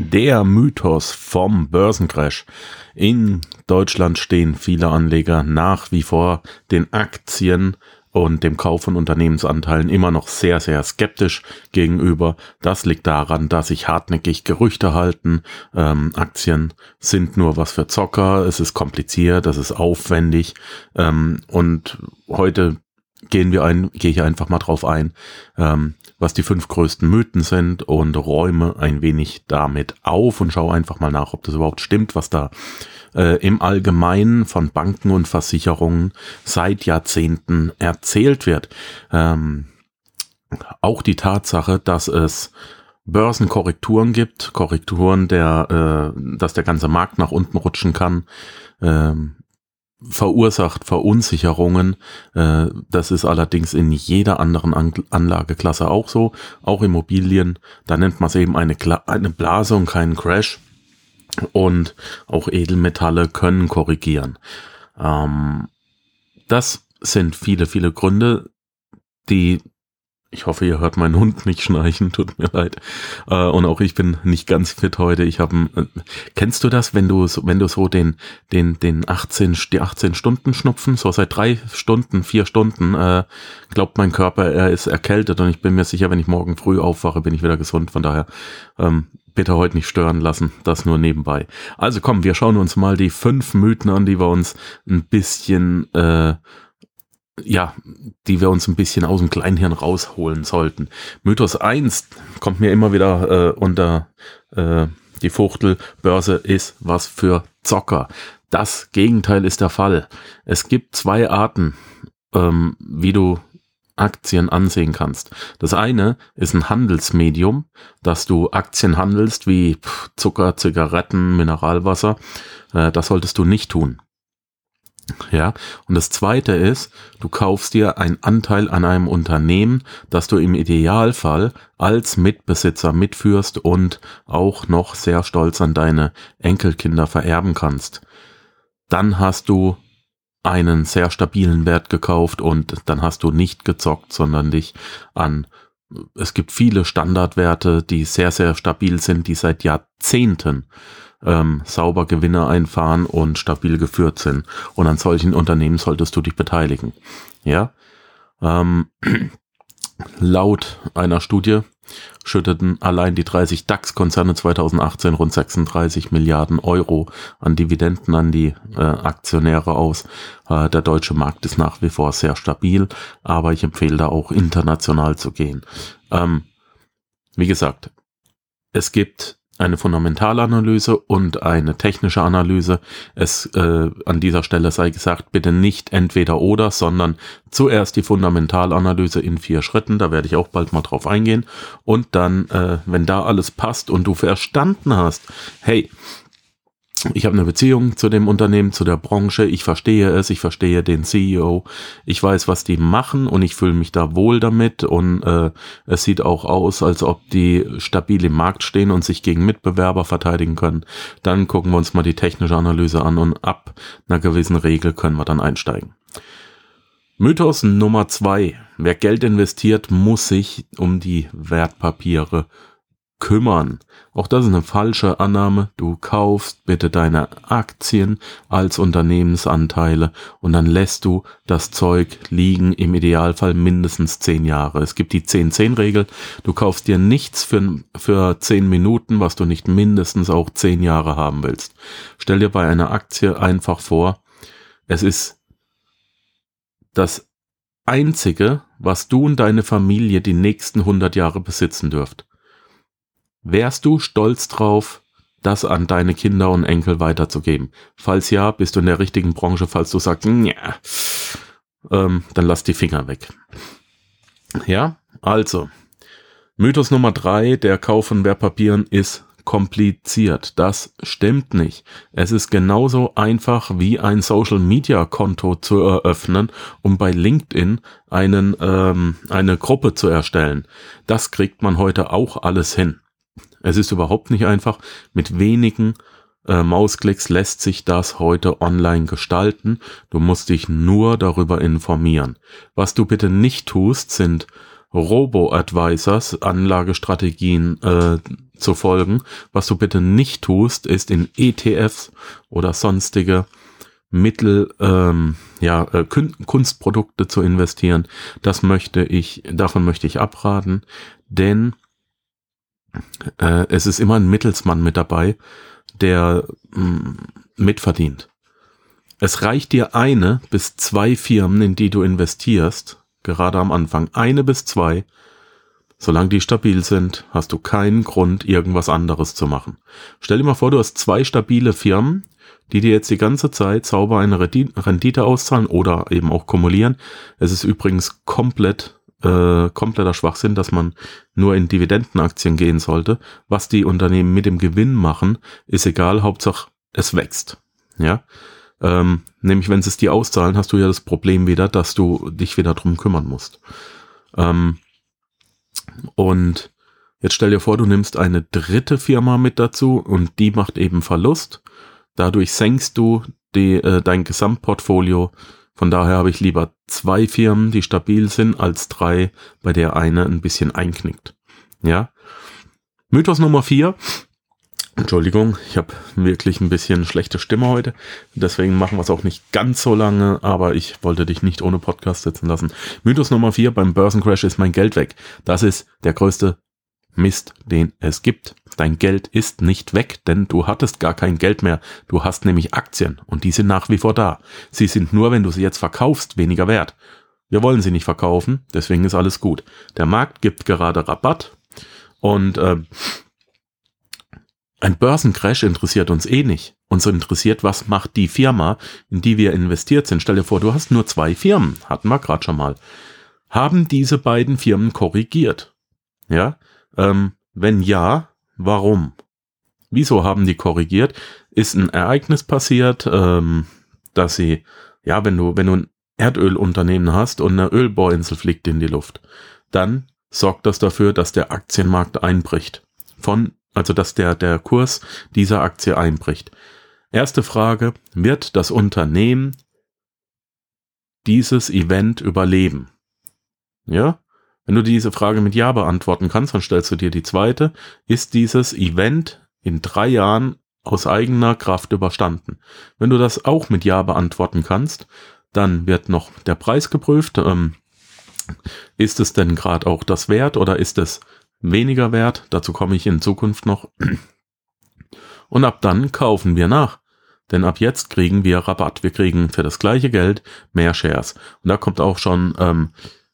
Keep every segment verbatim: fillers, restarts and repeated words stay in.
der Mythos vom Börsencrash. In Deutschland stehen viele Anleger nach wie vor den Aktien und dem Kauf von Unternehmensanteilen immer noch sehr, sehr skeptisch gegenüber. Das liegt daran, dass sich hartnäckig Gerüchte halten. Ähm, Aktien sind nur was für Zocker. Es ist kompliziert, es ist aufwendig. Ähm, und heute gehen wir ein, gehe ich einfach mal drauf ein, ähm, was die fünf größten Mythen sind und räume ein wenig damit auf und schaue einfach mal nach, ob das überhaupt stimmt, was da äh, im Allgemeinen von Banken und Versicherungen seit Jahrzehnten erzählt wird. Ähm, auch die Tatsache, dass es Börsenkorrekturen gibt, Korrekturen, der, äh, dass der ganze Markt nach unten rutschen kann, ähm, verursacht Verunsicherungen. Äh, das ist allerdings in jeder anderen An- Anlageklasse auch so, auch Immobilien. Da nennt man es eben eine, Kla- eine Blase und keinen Crash. Und auch Edelmetalle können korrigieren. Ähm, das sind viele, viele Gründe, die, ich hoffe, ihr hört meinen Hund nicht schnarchen, tut mir leid. Äh, und auch ich bin nicht ganz fit heute. Ich habe, äh, kennst du das, wenn du so, wenn du so den, den, den achtzehn, die achtzehn Stunden Schnupfen, so seit drei Stunden, vier Stunden, äh, glaubt mein Körper, er ist erkältet und ich bin mir sicher, wenn ich morgen früh aufwache, bin ich wieder gesund. Von daher, ähm, bitte heute nicht stören lassen, das nur nebenbei. Also komm, wir schauen uns mal die fünf Mythen an, die wir uns ein bisschen, äh, ja, die wir uns ein bisschen aus dem Kleinhirn rausholen sollten. Mythos eins kommt mir immer wieder äh, unter äh, die Fuchtel, Börse ist was für Zocker. Das Gegenteil ist der Fall. Es gibt zwei Arten, ähm, wie du Aktien ansehen kannst. Das eine ist ein Handelsmedium, dass du Aktien handelst wie Zucker, Zigaretten, Mineralwasser. Äh, das solltest du nicht tun. Ja, und das zweite ist, du kaufst dir einen Anteil an einem Unternehmen, das du im Idealfall als Mitbesitzer mitführst und auch noch sehr stolz an deine Enkelkinder vererben kannst. Dann hast du einen sehr stabilen Wert gekauft und dann hast du nicht gezockt, sondern dich an, es gibt viele Standardwerte, die sehr, sehr stabil sind, die seit Jahrzehnten ähm, sauber Gewinne einfahren und stabil geführt sind. Und an solchen Unternehmen solltest du dich beteiligen. Ja, ähm, laut einer Studie schütteten allein die dreißig DAX-Konzerne zweitausendachtzehn rund sechsunddreißig Milliarden Euro an Dividenden an die äh, Aktionäre aus. Äh, der deutsche Markt ist nach wie vor sehr stabil, aber ich empfehle da auch international zu gehen. Ähm, wie gesagt, es gibt eine Fundamentalanalyse und eine technische Analyse. Es äh, an dieser Stelle sei gesagt, bitte nicht entweder oder, sondern zuerst die Fundamentalanalyse in vier Schritten. Da werde ich auch bald mal drauf eingehen. Und dann, äh, wenn da alles passt und du verstanden hast, hey, ich habe eine Beziehung zu dem Unternehmen, zu der Branche, ich verstehe es, ich verstehe den C E O, ich weiß, was die machen und ich fühle mich da wohl damit und äh, es sieht auch aus, als ob die stabil im Markt stehen und sich gegen Mitbewerber verteidigen können. Dann gucken wir uns mal die technische Analyse an und ab einer gewissen Regel können wir dann einsteigen. Mythos Nummer zwei. Wer Geld investiert, muss sich um die Wertpapiere kümmern. Auch das ist eine falsche Annahme. Du kaufst bitte deine Aktien als Unternehmensanteile und dann lässt du das Zeug liegen, im Idealfall mindestens zehn Jahre. Es gibt die zehn zehn Regel. Du kaufst dir nichts für, für zehn Minuten, was du nicht mindestens auch zehn Jahre haben willst. Stell dir bei einer Aktie einfach vor, es ist das Einzige, was du und deine Familie die nächsten hundert Jahre besitzen dürft. Wärst du stolz drauf, das an deine Kinder und Enkel weiterzugeben? Falls ja, bist du in der richtigen Branche. Falls du sagst, ja, ähm, dann lass die Finger weg. Ja, also, Mythos Nummer drei, der Kauf von Wertpapieren ist kompliziert. Das stimmt nicht. Es ist genauso einfach wie ein Social-Media-Konto zu eröffnen, um bei LinkedIn einen, ähm, eine Gruppe zu erstellen. Das kriegt man heute auch alles hin. Es ist überhaupt nicht einfach. Mit wenigen äh, Mausklicks lässt sich das heute online gestalten. Du musst dich nur darüber informieren. Was du bitte nicht tust, sind Robo-Advisors Anlagestrategien äh, zu folgen. Was du bitte nicht tust, ist in E T Fs oder sonstige Mittel, ähm, ja, äh, Kunstprodukte zu investieren. Das möchte ich, davon möchte ich abraten, denn äh, es ist immer ein Mittelsmann mit dabei, der mh, mitverdient. Es reicht dir eine bis zwei Firmen, in die du investierst, gerade am Anfang, eine bis zwei. Solange die stabil sind, hast du keinen Grund, irgendwas anderes zu machen. Stell dir mal vor, du hast zwei stabile Firmen, die dir jetzt die ganze Zeit sauber eine Rendite auszahlen oder eben auch kumulieren. Es ist übrigens komplett, äh, kompletter Schwachsinn, dass man nur in Dividendenaktien gehen sollte. Was die Unternehmen mit dem Gewinn machen, ist egal, Hauptsache es wächst. Ja, ähm, nämlich wenn sie es dir auszahlen, hast du ja das Problem wieder, dass du dich wieder drum kümmern musst. Ähm, und jetzt stell dir vor, du nimmst eine dritte Firma mit dazu und die macht eben Verlust. Dadurch senkst du die, äh, dein Gesamtportfolio. Von daher habe ich lieber zwei Firmen, die stabil sind, als drei, bei der eine ein bisschen einknickt. Ja. Mythos Nummer vier. Entschuldigung, ich habe wirklich ein bisschen schlechte Stimme heute. Deswegen machen wir es auch nicht ganz so lange, aber ich wollte dich nicht ohne Podcast sitzen lassen. Mythos Nummer vier, beim Börsencrash ist mein Geld weg. Das ist der größte Mist, den es gibt. Dein Geld ist nicht weg, denn du hattest gar kein Geld mehr. Du hast nämlich Aktien und die sind nach wie vor da. Sie sind nur, wenn du sie jetzt verkaufst, weniger wert. Wir wollen sie nicht verkaufen, deswegen ist alles gut. Der Markt gibt gerade Rabatt und äh, ein Börsencrash interessiert uns eh nicht. Uns interessiert, was macht die Firma, in die wir investiert sind. Stell dir vor, du hast nur zwei Firmen, hatten wir gerade schon mal. Haben diese beiden Firmen korrigiert? Ja, ähm, wenn ja, warum? Wieso haben die korrigiert? Ist ein Ereignis passiert, ähm, dass sie, ja, wenn du, wenn du ein Erdölunternehmen hast und eine Ölbohrinsel fliegt in die Luft, dann sorgt das dafür, dass der Aktienmarkt einbricht. Von, also dass der, der Kurs dieser Aktie einbricht. Erste Frage, wird das Unternehmen dieses Event überleben? Ja? Wenn du diese Frage mit Ja beantworten kannst, dann stellst du dir die zweite. Ist dieses Event in drei Jahren aus eigener Kraft überstanden? Wenn du das auch mit Ja beantworten kannst, dann wird noch der Preis geprüft. Ähm, ist es denn gerade auch das wert oder ist es weniger wert? Dazu komme ich in Zukunft noch. Und ab dann kaufen wir nach. Denn ab jetzt kriegen wir Rabatt. Wir kriegen für das gleiche Geld mehr Shares. Und da kommt auch schon ähm,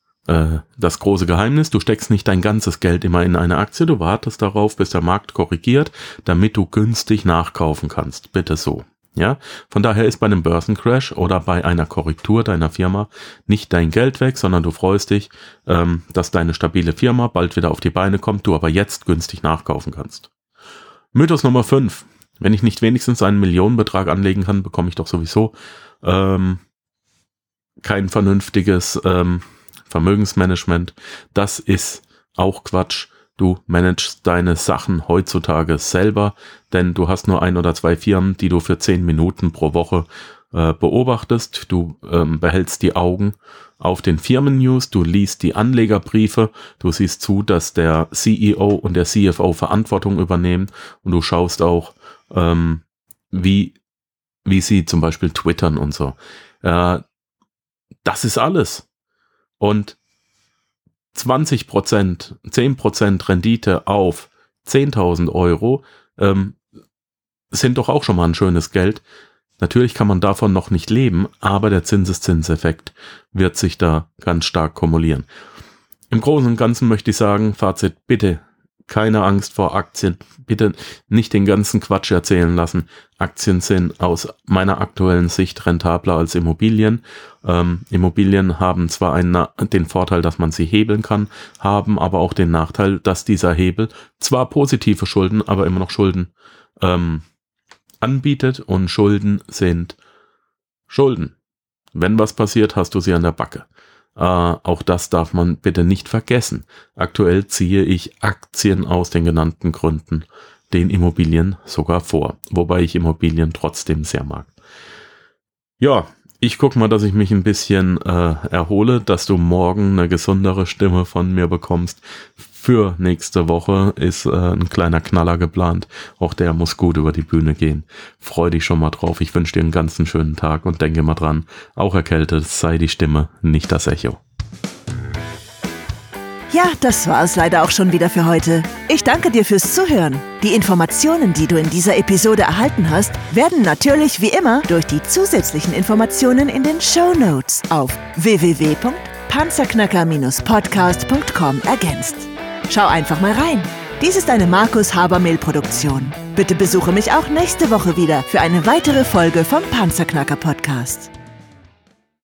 das große Geheimnis, du steckst nicht dein ganzes Geld immer in eine Aktie, du wartest darauf, bis der Markt korrigiert, damit du günstig nachkaufen kannst. Bitte so. Ja, von daher ist bei einem Börsencrash oder bei einer Korrektur deiner Firma nicht dein Geld weg, sondern du freust dich, ähm, dass deine stabile Firma bald wieder auf die Beine kommt, du aber jetzt günstig nachkaufen kannst. Mythos Nummer fünf. Wenn ich nicht wenigstens einen Millionenbetrag anlegen kann, bekomme ich doch sowieso ähm, kein vernünftiges ähm, Vermögensmanagement. Das ist auch Quatsch. Du managst deine Sachen heutzutage selber, denn du hast nur ein oder zwei Firmen, die du für zehn Minuten pro Woche äh, beobachtest. Du ähm, behältst die Augen auf den Firmennews, du liest die Anlegerbriefe, du siehst zu, dass der C E O und der C F O Verantwortung übernehmen und du schaust auch, ähm, wie, wie sie zum Beispiel twittern und so. Äh, das ist alles. Und zwanzig Prozent, zehn Prozent Rendite auf zehntausend Euro ähm, sind doch auch schon mal ein schönes Geld. Natürlich kann man davon noch nicht leben, aber der Zinseszinseffekt wird sich da ganz stark kumulieren. Im Großen und Ganzen möchte ich sagen, Fazit, bitte keine Angst vor Aktien, bitte nicht den ganzen Quatsch erzählen lassen. Aktien sind aus meiner aktuellen Sicht rentabler als Immobilien. Ähm, Immobilien haben zwar einen, den Vorteil, dass man sie hebeln kann, haben aber auch den Nachteil, dass dieser Hebel zwar positive Schulden, aber immer noch Schulden ähm, anbietet und Schulden sind Schulden. Wenn was passiert, hast du sie an der Backe. Uh, auch das darf man bitte nicht vergessen. Aktuell ziehe ich Aktien aus den genannten Gründen den Immobilien sogar vor, wobei ich Immobilien trotzdem sehr mag. Ja, Ich guck mal, dass ich mich ein bisschen äh, erhole, dass du morgen eine gesundere Stimme von mir bekommst. Für nächste Woche ist äh, ein kleiner Knaller geplant. Auch der muss gut über die Bühne gehen. Freu dich schon mal drauf. Ich wünsche dir einen ganzen schönen Tag und denke mal dran, auch erkältet sei die Stimme, nicht das Echo. Ja, das war es leider auch schon wieder für heute. Ich danke dir fürs Zuhören. Die Informationen, die du in dieser Episode erhalten hast, werden natürlich wie immer durch die zusätzlichen Informationen in den Shownotes auf w w w punkt panzerknacker Bindestrich podcast punkt com ergänzt. Schau einfach mal rein. Dies ist eine Markus Habermehl-Produktion. Bitte besuche mich auch nächste Woche wieder für eine weitere Folge vom Panzerknacker Podcast.